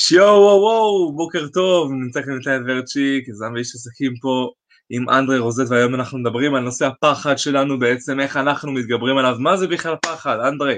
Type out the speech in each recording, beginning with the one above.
שיו וואו וואו, בוקר טוב, נמצא כאן איתי ורצ'יק, יזם ואיש עסקים פה עם אנדרי רוזט, והיום אנחנו מדברים על נושא הפחד שלנו בעצם, איך אנחנו מתגברים עליו, מה זה בכלל פחד, אנדרי?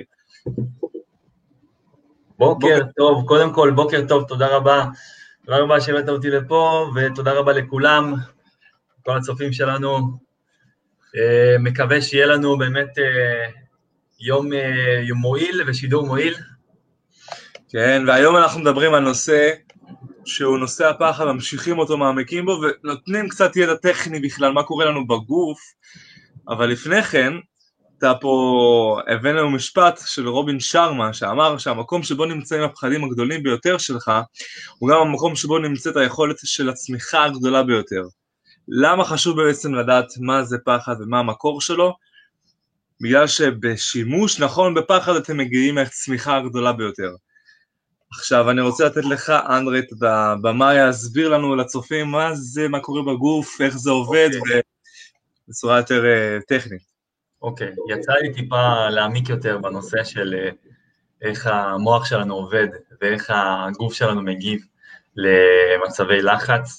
בוקר טוב, קודם כל בוקר טוב, תודה רבה שהבאת אותי לפה, ותודה רבה לכולם, כל הצופים שלנו, מקווה שיהיה לנו באמת יום מועיל ושידור מועיל. כן, והיום אנחנו מדברים על נושא שהוא נושא הפחד, ממשיכים אותו, מעמיקים בו, ונותנים קצת ידע טכני בכלל, מה קורה לנו בגוף, אבל לפני כן, אתה פה הבאנו לנו משפט של רובין שרמה, שאמר שהמקום שבו נמצאים הפחדים הגדולים ביותר שלך, הוא גם המקום שבו נמצאת היכולת של הצמיחה הגדולה ביותר. למה חשוב בעצם לדעת מה זה פחד ומה המקור שלו? בגלל שבשימוש נכון בפחד אתם מגיעים לצמיחה הגדולה ביותר. עכשיו אני רוצה לתת לך, אנדרי, את הבמה, להסביר לנו לצופים מה זה, מה קורה בגוף, איך זה עובד, בצורה יותר טכנית. אוקיי, יצא לי טיפה להעמיק יותר בנושא של איך המוח שלנו עובד, ואיך הגוף שלנו מגיב למצבי לחץ,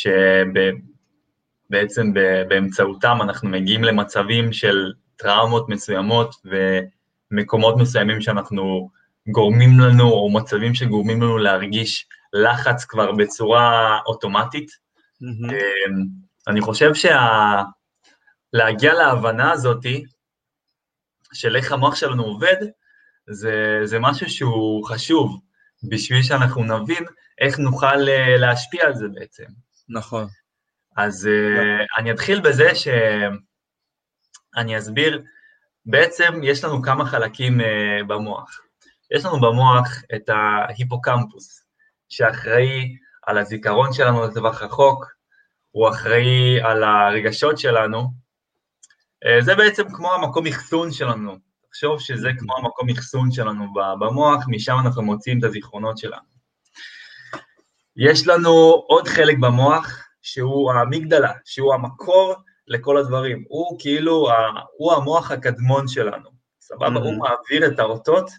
שבעצם באמצעותם אנחנו מגיעים למצבים של טראומות מסוימות, ומקומות מסוימים שאנחנו גורמים לנו, או מצבים שגורמים לנו להרגיש לחץ כבר בצורה אוטומטית. אני חושב להגיע להבנה הזאת של איך המוח שלנו עובד, זה משהו שהוא חשוב, בשביל שאנחנו נבין איך נוכל להשפיע על זה בעצם. נכון. אז אני אתחיל בזה שאני אסביר, בעצם יש לנו כמה חלקים במוח. יש לנו במוח את ההיפוקמפוס, שאחראי על הזיכרון שלנו לטווח רחוק, הוא אחראי על הרגשות שלנו, זה בעצם כמו המקום אחסון שלנו, תחשוב שזה כמו המקום אחסון שלנו במוח, משם אנחנו מוצאים את הזיכרונות שלנו. יש לנו עוד חלק במוח, שהוא האמיגדלה, שהוא המקור לכל הדברים, הוא כאילו, הוא המוח הקדמון שלנו, סבבה? הוא מעביר את האותות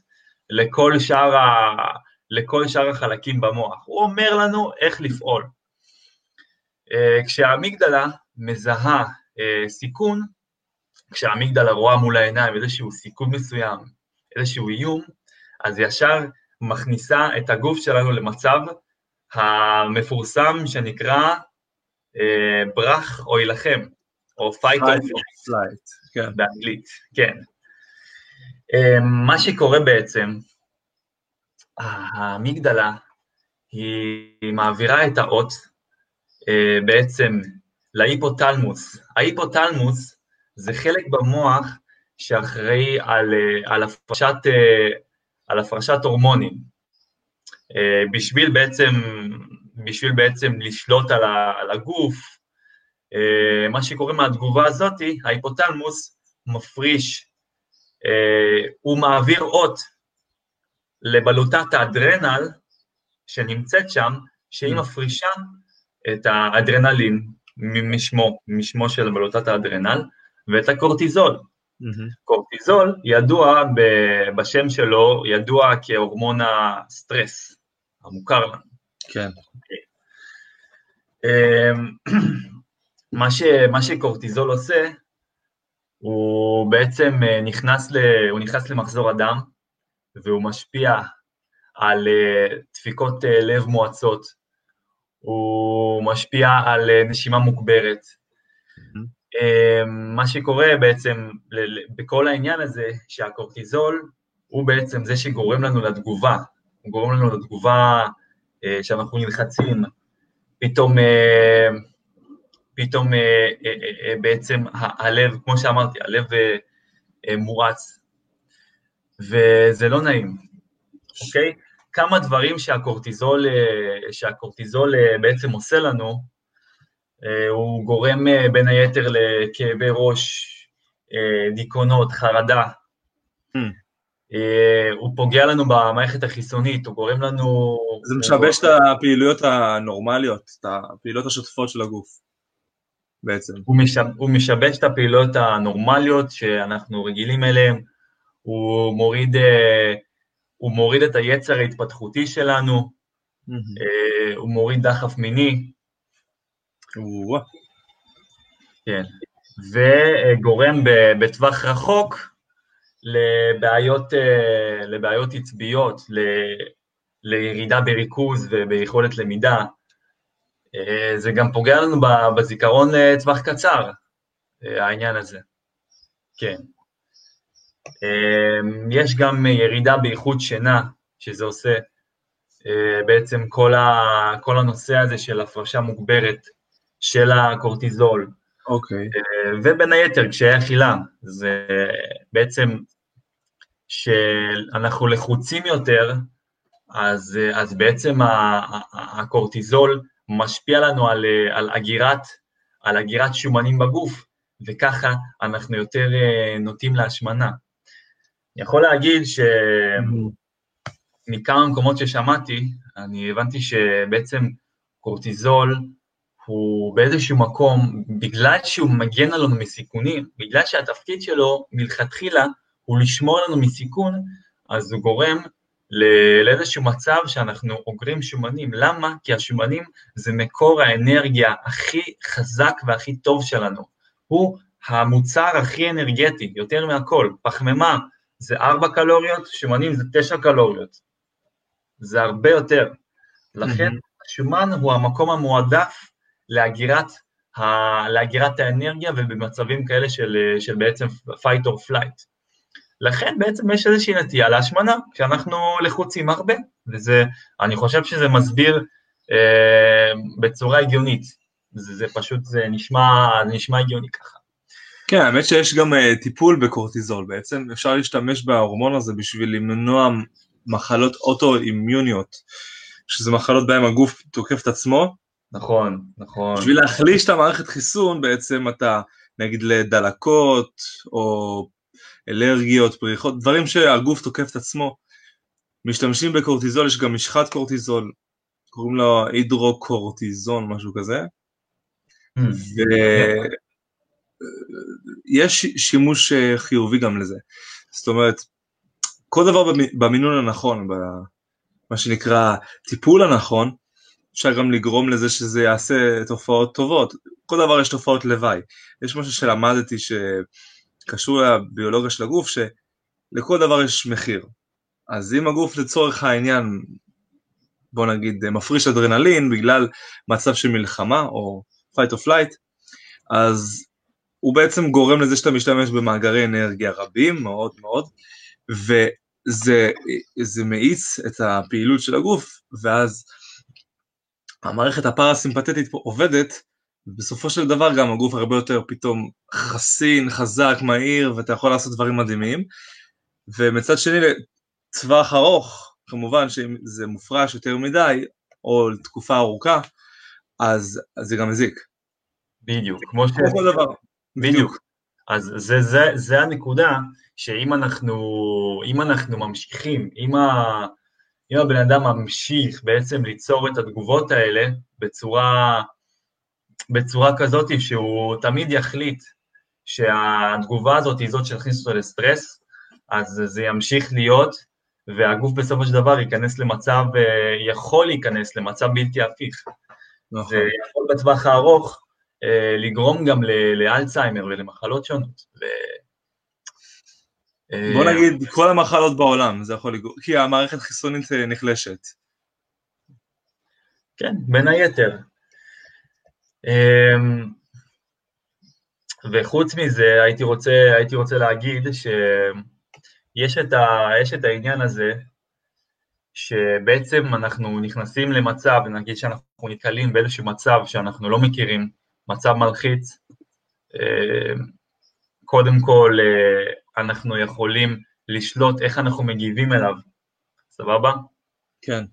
לכל שאר החלקים במוח, הוא אומר לנו איך לפעול. כשהאמיגדלה מזהה סיכון, כשהאמיגדלה רואה מול העיניים איזשהו סיכון מסוים, איזשהו איום, אז ישר מכניסה את הגוף שלנו למצב המפורסם שנקרא ברח או ילחם, או fight or flight, כן. באנגלית, כן. מה שקורה בעצם, האמיגדלה היא מעבירה את האות בעצם להיפותלמוס. ההיפותלמוס זה חלק במוח שאחראי על הפרשת הורמונים, בשביל בעצם לשלוט על הגוף. מה שקורה מהתגובה הזאת, ההיפותלמוס מפריש, הוא מעביר אות לבלוטת האדרנל שנמצאת שם, שהיא מפרישה את האדרנלין משמו של בלוטת האדרנל, ואת הקורטיזול. קורטיזול ידוע בשם שלו, ידוע כהורמון הסטרס, המוכר לנו. כן. מה שקורטיזול עושה, הוא בעצם נכנס למחזור הדם, והוא משפיע על דפיקות לב מואצות, הוא משפיע על נשימה מוגברת. מה שקורה בעצם בכל העניין הזה, שהקורטיזול הוא בעצם זה שגורם לנו לתגובה, הוא גורם לנו לתגובה שאנחנו נלחצים, פתאום בעצם הלב, כמו שאמרתי, הלב מואץ, וזה לא נעים, אוקיי? כמה דברים שהקורטיזול בעצם עושה לנו, הוא גורם בין היתר לכאבי ראש, דיכאונות, חרדה, הוא פוגע לנו במערכת החיסונית, הוא גורם לנו... זה משבש את הפעילויות הנורמליות, את הפעילויות השוטפות של הגוף, בעצם. הוא משבש את הפעילויות הנורמליות שאנחנו רגילים אליהן, הוא מוריד את היצר ההתפתחותי שלנו, הוא מוריד דחף מיני, כן, וגורם בטווח רחוק לבעיות עצביות, לירידה בריכוז וביכולת למידה. זה גם פוגע לנו בזיכרון לטווח קצר, העניין הזה. כן. יש גם ירידה באיכות שינה, שזה עושה בעצם כל הנושא הזה של הפרשה מוגברת של הקורטיזול. אוקיי. ובין היתר, כשהיה אכילה, זה בעצם שאנחנו לחוצים יותר, אז בעצם הקורטיזול משפיע לנו על אגירת שומנים בגוף, וככה אנחנו יותר נוטים להשמנה. אני יכול להגיד שמכמה מקומות ששמעתי, אני הבנתי שבעצם קורטיזול הוא באיזשהו מקום, בגלל שהוא מגן עלינו מסיכונים, בגלל שהתפקיד שלו מלכתחילה הוא לשמור לנו מסיכון, אז הוא גורם לאיזשהו מצב שאנחנו אוגרים שומנים. למה? כי השומנים זה מקור האנרגיה הכי חזק והכי טוב שלנו. הוא המוצר הכי אנרגטי, יותר מהכל. פחמימה זה 4 קלוריות, שומנים זה 9 קלוריות. זה הרבה יותר. לכן השומן הוא המקום המועדף להגירת האנרגיה, ובמצבים כאלה של בעצם fight or flight. לכן בעצם יש איזושהי נטייה להשמנה, כשאנחנו לחוצים הרבה, וזה, אני חושב שזה מסביר בצורה הגיונית, זה פשוט, זה נשמע הגיוני ככה. כן, האמת שיש גם טיפול בקורטיזול, בעצם אפשר להשתמש בהורמון הזה בשביל למנוע מחלות אוטואימיוניות, שזה מחלות בהם הגוף תוקף את עצמו. נכון, נכון. בשביל להחליש את המערכת חיסון, בעצם אתה נגיד לדלקות, או אלרגיות, פריחות, דברים שהגוף תוקף את עצמו, משתמשים בקורטיזול, יש גם משחת קורטיזול, קוראים לו הידרוקורטיזון, משהו כזה, ויש שימוש חיובי גם לזה, זאת אומרת, כל דבר במינון הנכון, מה שנקרא טיפול הנכון, אפשר גם לגרום לזה שזה יעשה תופעות טובות, כל דבר יש תופעות לוואי, יש משהו שלמדתי שקשור לביולוגיה של הגוף, שלכל דבר יש מחיר, אז אם הגוף לצורך העניין, בוא נגיד מפריש אדרנלין, בגלל מצב של מלחמה, או fight or flight, אז הוא בעצם גורם לזה שאתה משתמש במאגרי אנרגיה רבים, מאוד מאוד, וזה מאיץ את הפעילות של הגוף, ואז המערכת הפרסימפטית פה עובדת, ובסופו של דבר גם הגוף הרבה יותר פתאום חסין, חזק, מהיר, ואתה יכול לעשות דברים מדהימים, ומצד שני לטווח ארוך, כמובן שאם זה מופרש יותר מדי, או לתקופה ארוכה, אז זה גם מזיק. בדיוק, כמו כל דבר. בדיוק. אז זה הנקודה, שאם אנחנו ממשיכים, אם הבן אדם ממשיך בעצם ליצור את התגובות האלה בצורה כזאת שהוא תמיד יחליט שהתגובה הזאת היא זאת שתכניס אותו לסטרס, אז זה ימשיך להיות, והגוף בסופו של דבר יכול להיכנס למצב בלתי הפיך. נכון. זה יכול בטווח הארוך לגרום גם לאלצהיימר ולמחלות שונות. בוא נגיד, כל המחלות בעולם, זה יכול לגרום, כי המערכת חיסונית נחלשת. כן, בין היתר. וחוץ מזה, הייתי רוצה להגיד שיש את העניין הזה, שבעצם אנחנו נכנסים למצב, נגיד שאנחנו נתקלים באיזשהו מצב שאנחנו לא מכירים, מצב מלחיץ, קודם כל אנחנו יכולים לשלוט איך אנחנו מגיבים אליו, סבבה? כן.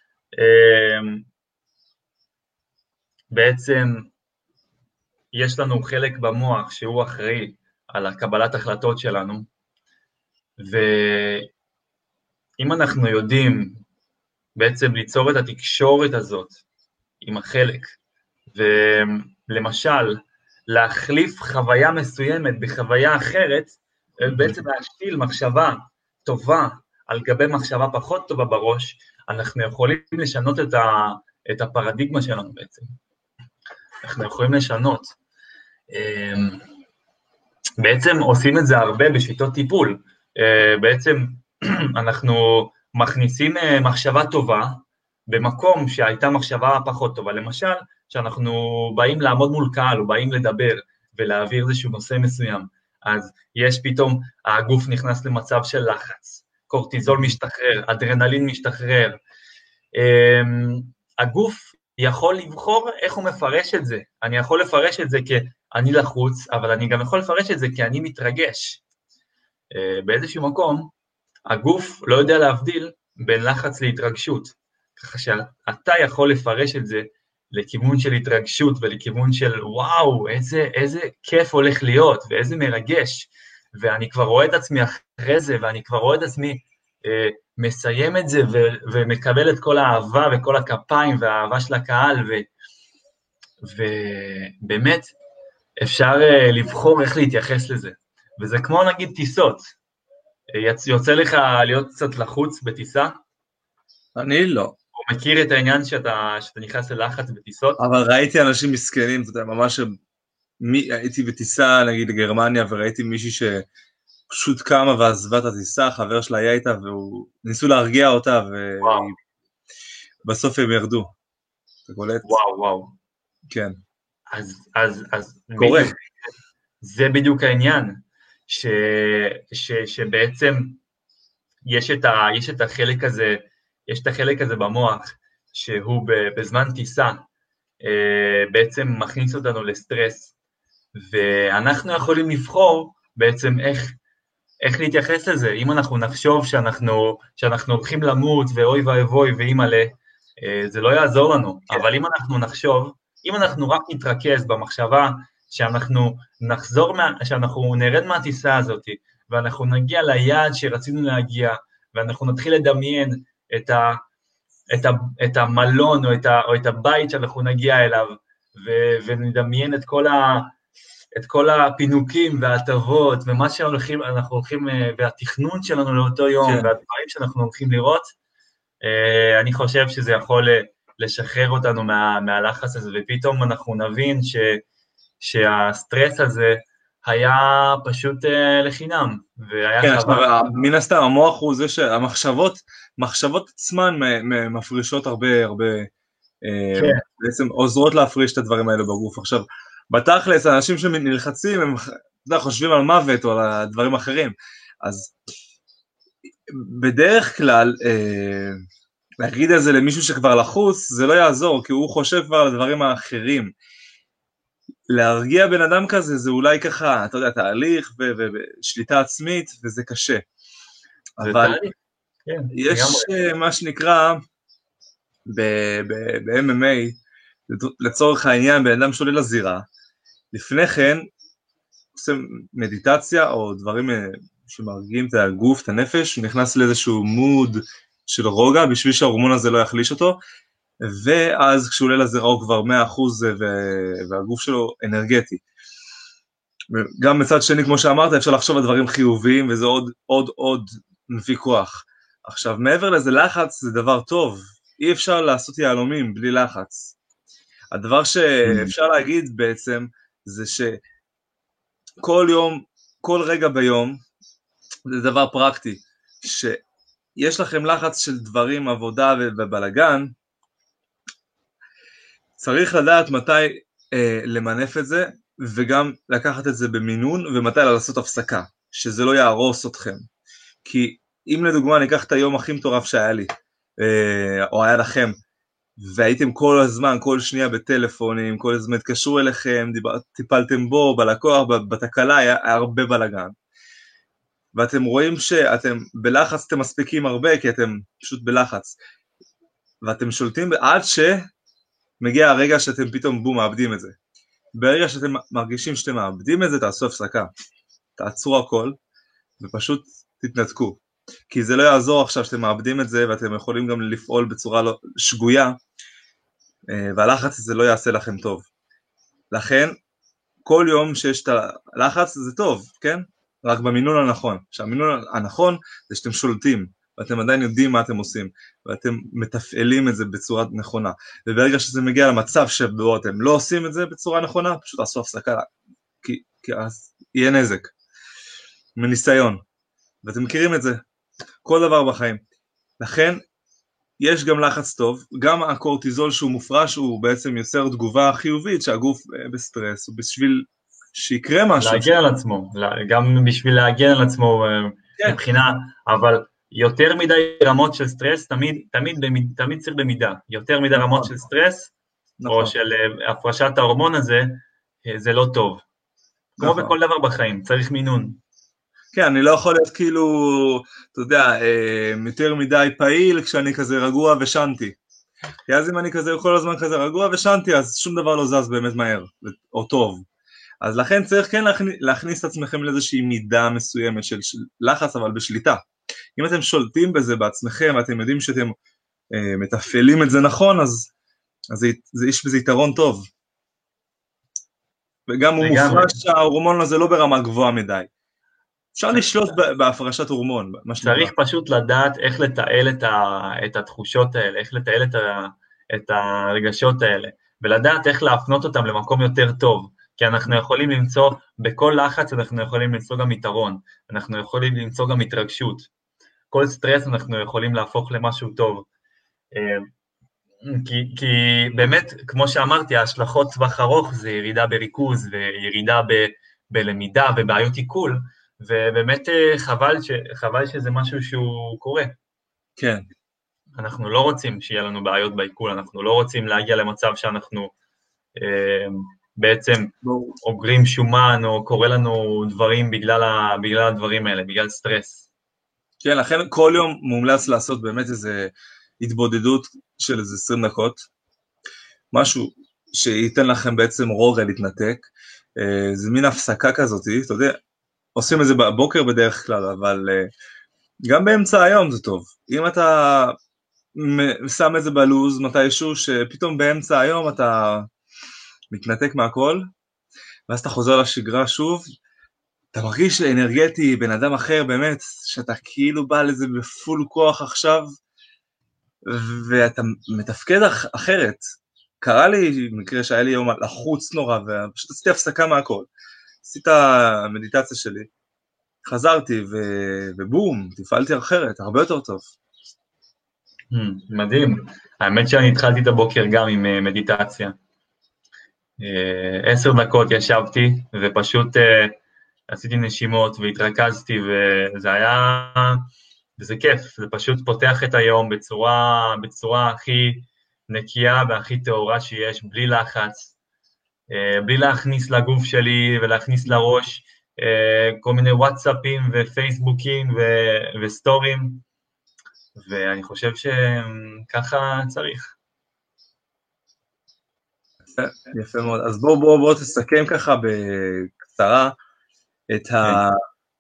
בעצם יש לנו חלק במוח שהוא אחראי על הקבלת החלטות שלנו, ואם אנחנו יודעים בעצם ליצור את התקשורת הזאת עם החלק, ולמשל להחליף חוויה מסוימת בחוויה אחרת, בעצם להשתיל מחשבה טובה על גבי מחשבה פחות טובה בראש, אנחנו יכולים לשנות את הפרדיגמה שלנו בעצם. אנחנו יכולים לשנות. בעצם עושים את זה הרבה בשיטות טיפול. בעצם אנחנו מכניסים מחשבה טובה במקום שהייתה מחשבה פחות טובה. למשל, שאנחנו באים לעמוד מול קהל, או באים לדבר ולהעביר איזשהו נושא מסוים, אז יש פתאום, הגוף נכנס למצב של לחץ, קורטיזול משתחרר, אדרנלין משתחרר. הגוף יכול לבחור איך הוא מפרש את זה. אני יכול לפרש את זה כאני לחוץ, אבל אני גם יכול לפרש את זה כאני מתרגש. באיזשהו מקום, הגוף לא יודע להבדיל בין לחץ להתרגשות, ככה שאתה יכול לפרש את זה לכיוון של התרגשות ולכיוון של וואו, איזה כיף הולך להיות ואיזה מרגש, ואני כבר רואה את עצמי אחרי זה, ואני כבר רואה את עצמי מסיים את זה ומקבל את כל האהבה וכל הכפיים והאהבה של הקהל, ובאמת אפשר לבחור איך להתייחס לזה, וזה כמו נגיד טיסות. יוצא לך להיות קצת לחוץ בטיסה? אני לא. הוא מכיר את העניין שאתה נכנס ללחץ בטיסות? אבל ראיתי אנשים מסכנים, אתה יודע, ממש הייתי בטיסה נגיד לגרמניה, וראיתי מישהי שפשוט קמה ועזבה את הטיסה, חבר שלה היה איתה, וניסו להרגיע אותה, ובסוף הם ירדו. אתה קולט? וואו. כן. אז קורה. זה בדיוק העניין, שבעצם יש את החלק הזה, יש את החלק הזה במוח, שהוא בזמן טיסה, בעצם מכניס אותנו לסטרס, ואנחנו יכולים לבחור בעצם איך להתייחס לזה. אם אנחנו נחשוב שאנחנו הולכים למות, ואוי ואבוי ואימא'לה, זה לא יעזור לנו. אבל אם אנחנו נחשוב, אם אנחנו רק נתרכז במחשבה, שאנחנו נרד מהטיסה הזאת, ואנחנו נגיע ליעד שרצינו להגיע, ואנחנו נתחיל לדמיין את המלון או את הבית שאנחנו נגיע אליו, ונדמיין את כל הפינוקים וההטבות, ומה שאנחנו הולכים, והתכנון שלנו לאותו יום, והדברים שאנחנו הולכים לראות, אני חושב שזה יכול לשחרר אותנו מהלחץ הזה, ופתאום אנחנו נבין שהסטרס הזה היה פשוט לחינם, כן, מן הסתם, המוח הוא זה מחשבות עצמן מפרישות הרבה, בעצם עוזרות להפריש את הדברים האלה בגוף. עכשיו, בתכלס, האנשים שנלחצים, הם חושבים על מוות או על דברים אחרים, אז בדרך כלל, להגיד את זה למישהו שכבר לחוץ, זה לא יעזור, כי הוא חושב כבר על הדברים האחרים. להרגיע בן אדם כזה, זה אולי ככה, אתה יודע, תהליך ושליטה עצמית, וזה קשה. אבל יש מה שנקרא, ב-MMA, לצורך העניין, בן אדם שעולה לזירה, לפני כן, עושה מדיטציה, או דברים שמרגיעים את הגוף, את הנפש, הוא נכנס לאיזשהו מוד של רוגע, בשביל שההורמון הזה לא יחליש אותו, ואז כשהוא עולה לזירה הוא כבר 100% והגוף שלו אנרגטי. גם מצד שני, כמו שאמרת, אפשר לחשוב על דברים חיוביים, וזה עוד מביא כוח. עכשיו, מעבר לזה, לחץ זה דבר טוב, אי אפשר לעשות יהלומים בלי לחץ. הדבר שאפשר להגיד בעצם, זה שכל יום, כל רגע ביום, זה דבר פרקטי, שיש לכם לחץ של דברים, עבודה ובלגן, צריך לדעת מתי למנף את זה, וגם לקחת את זה במינון, ומתי לעשות הפסקה, שזה לא יהרוס אתכם. כי אם לדוגמה ניקח את היום הכי מטורף שהיה לי, או היה לכם, והייתם כל הזמן, כל שנייה בטלפונים, כל הזמן התקשרו אליכם, טיפלתם בו, בלקוח, בתקלה, היה הרבה בלגן. ואתם רואים שאתם בלחץ, אתם מספיקים הרבה, כי אתם פשוט בלחץ. ואתם שולטים עד שמגיע הרגע שאתם פתאום בום, מאבדים את זה. ברגע שאתם מרגישים שאתם מאבדים את זה, תעשו הפסקה. תעצרו הכל, ופשוט תתנתקו. כי זה לא יעזור עכשיו שאתם מאבדים את זה, ואתם יכולים גם לפעול בצורה שגויה, והלחץ הזה לא יעשה לכם טוב. לכן, כל יום שיש את הלחץ זה טוב, כן? רק במינון הנכון. שהמינון הנכון זה שאתם שולטים. ואתם עדיין יודעים מה אתם עושים, ואתם מתפעלים את זה בצורה נכונה, וברגע שזה מגיע למצב שבו אתם לא עושים את זה בצורה נכונה, פשוט תעשו הפסקה, כי אז יהיה נזק, מניסיון, ואתם מכירים את זה, כל דבר בחיים. לכן, יש גם לחץ טוב, גם הקורטיזול שהוא מופרש, הוא בעצם יוצר תגובה חיובית, שהגוף בסטרס, ובשביל שיקרה משהו. להגן על עצמו, גם בשביל להגן על עצמו מבחינה, אבל יותר מדי רמות של סטרס, תמיד צריך במידה, יותר מדי רמות של סטרס, או של הפרשת ההורמון הזה, זה לא טוב. כמו בכל דבר בחיים, צריך מינון. כן, אני לא יכול להיות כאילו, אתה יודע, יותר מדי פעיל כשאני כזה רגוע ושנתי. כי אז אם אני כזה כל הזמן כזה רגוע ושנתי, אז שום דבר לא זז באמת מהר, או טוב. אז לכן צריך כן להכניס את עצמכם לאיזושהי מידה מסוימת של לחץ, אבל בשליטה. אם אתם שולטים בזה בעצמכם, ואתם יודעים שאתם מתפעלים את זה נכון, אז יש בזה יתרון טוב. וגם הוא מופרש שההורמון הזה לא ברמה גבוהה מדי. אפשר לשלוט בהפרשת הורמון. צריך פשוט לדעת איך לתעל את התחושות האלה, איך לתעל את הרגשות האלה, ולדעת איך להפנות אותם למקום יותר טוב, כי אנחנו יכולים למצוא, בכל לחץ אנחנו יכולים למצוא גם יתרון, אנחנו יכולים למצוא גם התרגשות, כל סטרס אנחנו יכולים להפוך למשהו טוב, כי באמת, כמו שאמרתי, ההשלכות טווח ארוך זה ירידה בריכוז, וירידה בלמידה ובעיות עיכול, ובאמת חבל שזה משהו שהוא קורה. כן. אנחנו לא רוצים שיהיה לנו בעיות בעיכול, אנחנו לא רוצים להגיע למצב שאנחנו בעצם אוגרים שומן, או קורה לנו דברים בגלל הדברים האלה, בגלל סטרס. כן, לכן כל יום מומלץ לעשות באמת איזו התבודדות של איזה 20 דקות, משהו שייתן לכם בעצם רוגע להתנתק, זה מין הפסקה כזאת, אתה יודע, עושים את זה בבוקר בדרך כלל, אבל גם באמצע היום זה טוב. אם אתה שם את זה בלוז מתישהו, שפתאום באמצע היום אתה מתנתק מהכל, ואז אתה חוזר לשגרה שוב, אתה מרגיש אנרגטי, בן אדם אחר באמת, שאתה כאילו בא לזה בפול כוח עכשיו, ואתה מתפקד אחרת. קרה לי מקרה שהיה לי יום לחוץ נורא, ופשוט עשיתי הפסקה מהכל. עשיתי המדיטציה שלי, חזרתי ובום, תפעלתי אחרת, הרבה יותר טוב. מדהים. האמת שאני התחלתי את הבוקר גם עם מדיטציה. 10 דקות ישבתי ופשוט עשיתי נשימות והתרכזתי, וזה כיף, זה פשוט פותח את היום בצורה הכי נקייה והכי טהורה שיש, בלי לחץ, בלי להכניס לגוף שלי ולהכניס לראש כל מיני וואטסאפים ופייסבוקים וסטורים, ואני חושב שככה צריך. יפה מאוד, אז בואו תסכם ככה בקצרה את ה...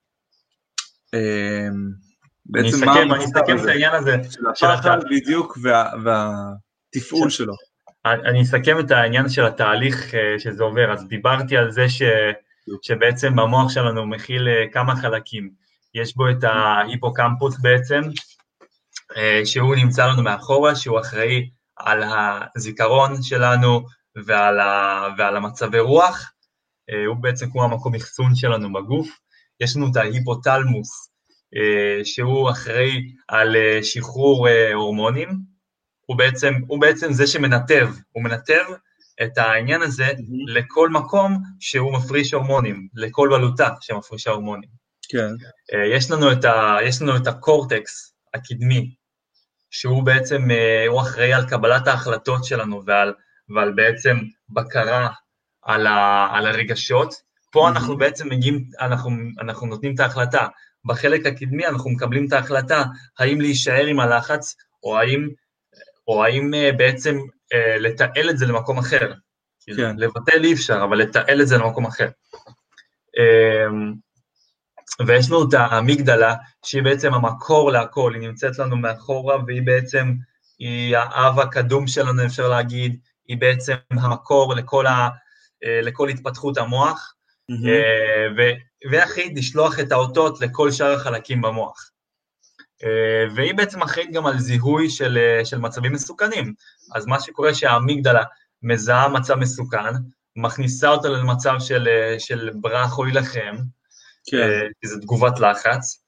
אני אסכם את העניין הזה של הפחד בדיוק והתפעול שלו. אני אסכם את העניין של התהליך שזה עובר, אז דיברתי על זה שבעצם במוח שלנו מכיל כמה חלקים, יש בו את ההיפוקמפוס בעצם, שהוא נמצא לנו מאחורה, שהוא אחראי על הזיכרון שלנו ועל המצבי רוח, הוא בעצם כמו המקום אחסון שלנו בגוף, יש לנו את ההיפותלמוס, שהוא אחראי על שחרור הורמונים, הוא בעצם זה שמנתב, הוא מנתב את העניין הזה לכל מקום שהוא מפריש הורמונים, לכל בלוטה שמפרישה הורמונים. כן. יש לנו את הקורטקס הקדמי, שהוא בעצם, הוא אחראי על קבלת ההחלטות שלנו ועל בעצם בקרה על הרגשות. פה אנחנו בעצם אנחנו נותנים את ההחלטה. בחלק הקדמי אנחנו מקבלים את ההחלטה, האם להישאר עם הלחץ, או האם בעצם לתעל את זה למקום אחר. כן. לבטל אי אפשר, אבל לתעל את זה למקום אחר. ויש לנו את האמיגדלה, שהיא בעצם המקור להכל, היא נמצאת לנו מאחורה, והיא בעצם, היא האב הקדום שלנו, אפשר להגיד, היא בעצם המקור לכל התפתחות המוח, והכי לשלוח את האותות לכל שאר החלקים במוח. והיא בעצם אחראית גם על זיהוי של מצבים מסוכנים. אז מה שקורה שהאמיגדלה מזהה מצב מסוכן, מכניסה אותה למצב של ברח או ילחם, כי זה תגובת לחץ,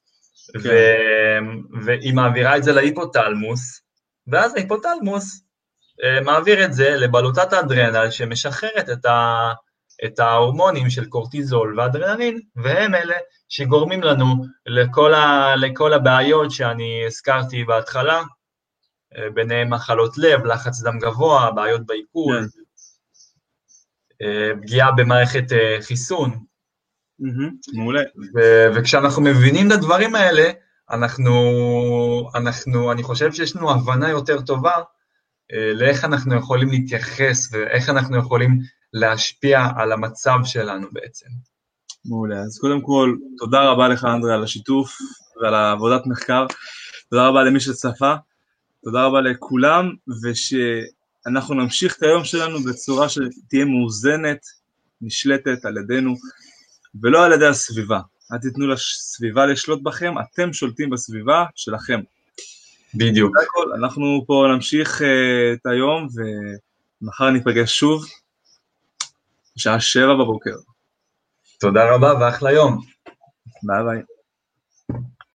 והיא מעבירה את זה להיפותלמוס, ואז ההיפותלמוס מעביר את זה לבלוטת האדרנל, שמשחררת את ההורמונים של קורטיזול ואדרנלין, והם אלה שגורמים לנו לכל הבעיות שאני הזכרתי בהתחלה, ביניהם מחלות לב, לחץ דם גבוה, בעיות בעיכול, פגיעה במערכת חיסון. מעולה. וכשאנחנו מבינים את הדברים האלה, אני חושב שיש לנו הבנה יותר טובה לאיך אנחנו יכולים להתייחס, ואיך אנחנו יכולים להשפיע על המצב שלנו בעצם. מעולה. אז קודם כל, תודה רבה לך אנדרי על השיתוף ועל העבודת מחקר. תודה רבה למי שצפה. תודה רבה לכולם, ושאנחנו נמשיך את היום שלנו בצורה שתהיה מאוזנת, נשלטת על ידינו, ולא על ידי הסביבה. אל תיתנו לסביבה לשלוט בכם, אתם שולטים בסביבה שלכם. בדיוק. אנחנו פה נמשיך את היום, ומחר ניפגש שוב, בשעה 7 בבוקר. תודה רבה ואחלה יום. ביי ביי.